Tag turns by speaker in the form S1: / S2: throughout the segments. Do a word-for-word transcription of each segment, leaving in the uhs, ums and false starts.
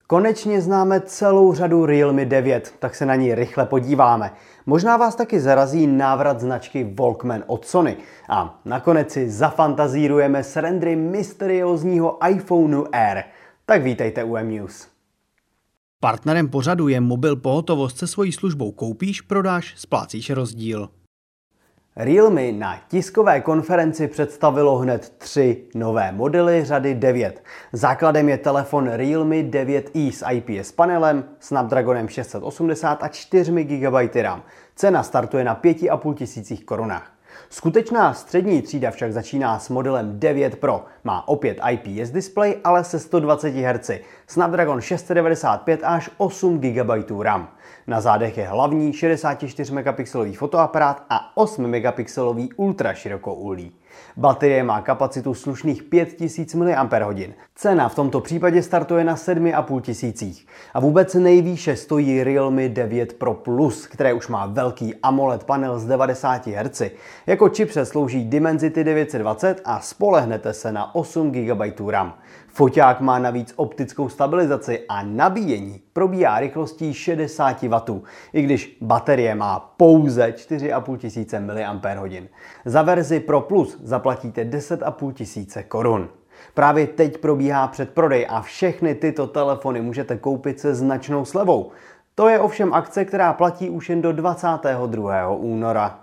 S1: Konečně známe celou řadu Realme devět, tak se na ní rychle podíváme. Možná vás taky zarazí návrat značky Walkman od Sony. A nakonec si zafantazírujeme s rendry mysteriózního iPhoneu Air. Tak vítejte u M-News. Partnerem pořadu je Mobil Pohotovost se svojí službou koupíš, prodáš, splácíš rozdíl. Realme na tiskové konferenci představilo hned tři nové modely řady devět. Základem je telefon Realme devět i s I P S panelem, Snapdragonem šest set osmdesát a čtyřmi gigabajty RAM. Cena startuje na pěti a půl tisících korunách. Skutečná střední třída však začíná s modelem devět Pro. Má opět I P S displej, ale se sto dvaceti hertzy, Snapdragon šest set devadesát pět až osm gigabajtů RAM. Na zádech je hlavní šedesátičtyřmegapixelový fotoaparát a osm megapixelový ultraširokouhlý. Baterie má kapacitu slušných pět tisíc miliampérhodin. Cena v tomto případě startuje na sedmi a půl tisících. A vůbec nejvýše stojí Realme devět Pro Plus, které už má velký AMOLED panel s devadesáti hertzy. Jako chipset slouží Dimensity devět set dvacet a spolehnete se na osm gigabajtů RAM. Foťák má navíc optickou stabilizaci a nabíjení probíhá rychlostí šedesát wattů, i když baterie má pouze čtyři a půl tisíce miliampérhodin. Za verzi Pro Plus zaplatíte deset a půl tisíce korun. Právě teď probíhá předprodej a všechny tyto telefony můžete koupit se značnou slevou. To je ovšem akce, která platí už jen do dvacátého druhého února.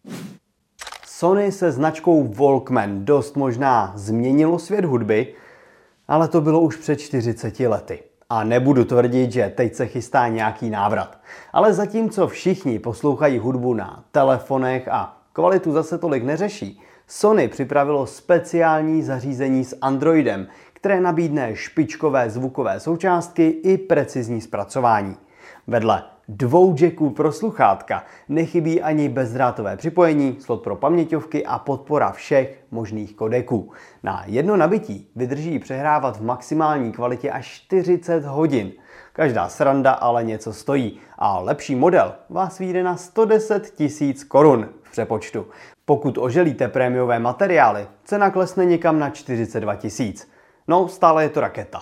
S1: Sony se značkou Walkman dost možná změnilo svět hudby, ale to bylo už před čtyřiceti lety. A nebudu tvrdit, že teď se chystá nějaký návrat. Ale zatímco všichni poslouchají hudbu na telefonech a kvalitu zase tolik neřeší, Sony připravilo speciální zařízení s Androidem, které nabídne špičkové zvukové součástky i precizní zpracování. Vedle dvou jacků pro sluchátka nechybí ani bezdrátové připojení, slot pro paměťovky a podpora všech možných kodeků. Na jedno nabití vydrží přehrávat v maximální kvalitě až čtyřicet hodin. Každá sranda ale něco stojí a lepší model vás vyjde na sto deset tisíc korun v přepočtu. Pokud oželíte prémiové materiály, cena klesne někam na čtyřicet dva tisíc. No, stále je to raketa.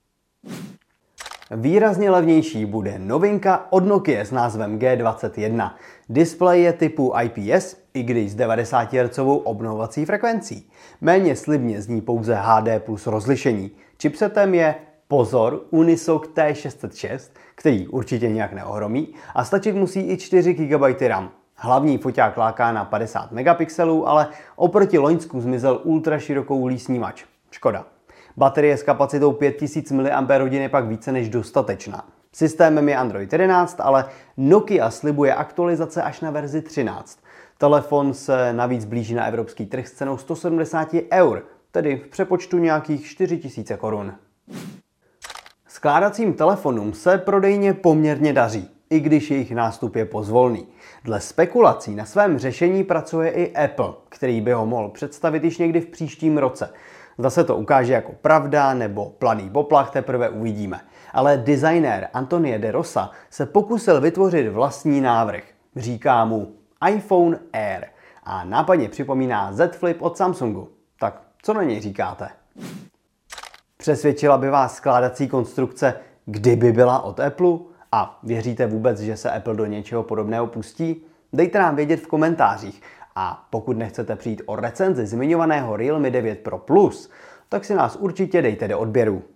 S1: Výrazně levnější bude novinka od Nokia s názvem G dvacet jedna. Displej je typu I P S, i když s devadesáti hertzovou obnovovací frekvencí. Méně slibně zní pouze H D plus rozlišení. Chipsetem je, pozor, Unisoc T šest set šest, který určitě nějak neohromí, a stačit musí i čtyři gigabajty RAM. Hlavní foťák láká na padesát megapixelů, ale oproti loňsku zmizel ultraširokouhlý snímač. Škoda. Baterie s kapacitou pět tisíc miliampérhodin je pak více než dostatečná. Systémem je Android jedenáct, ale Nokia slibuje aktualizace až na verzi třináct. Telefon se navíc blíží na evropský trh s cenou sto sedmdesát eur, tedy v přepočtu nějakých čtyři tisíce korun. Skládacím telefonům se prodejně poměrně daří, i když jejich nástup je pozvolný. Dle spekulací na svém řešení pracuje i Apple, který by ho mohl představit již někdy v příštím roce. Zda se to ukáže jako pravda nebo planý poplach, teprve uvidíme. Ale designér Antoine de Rosa se pokusil vytvořit vlastní návrh. Říká mu iPhone Air a nápadně připomíná Z Flip od Samsungu. Tak co na něj říkáte? Přesvědčila by vás skládací konstrukce, kdyby byla od Apple? A věříte vůbec, že se Apple do něčeho podobného pustí? Dejte nám vědět v komentářích. A pokud nechcete přijít o recenzi zmiňovaného Realme devět Pro Plus, tak si nás určitě dejte do odběru.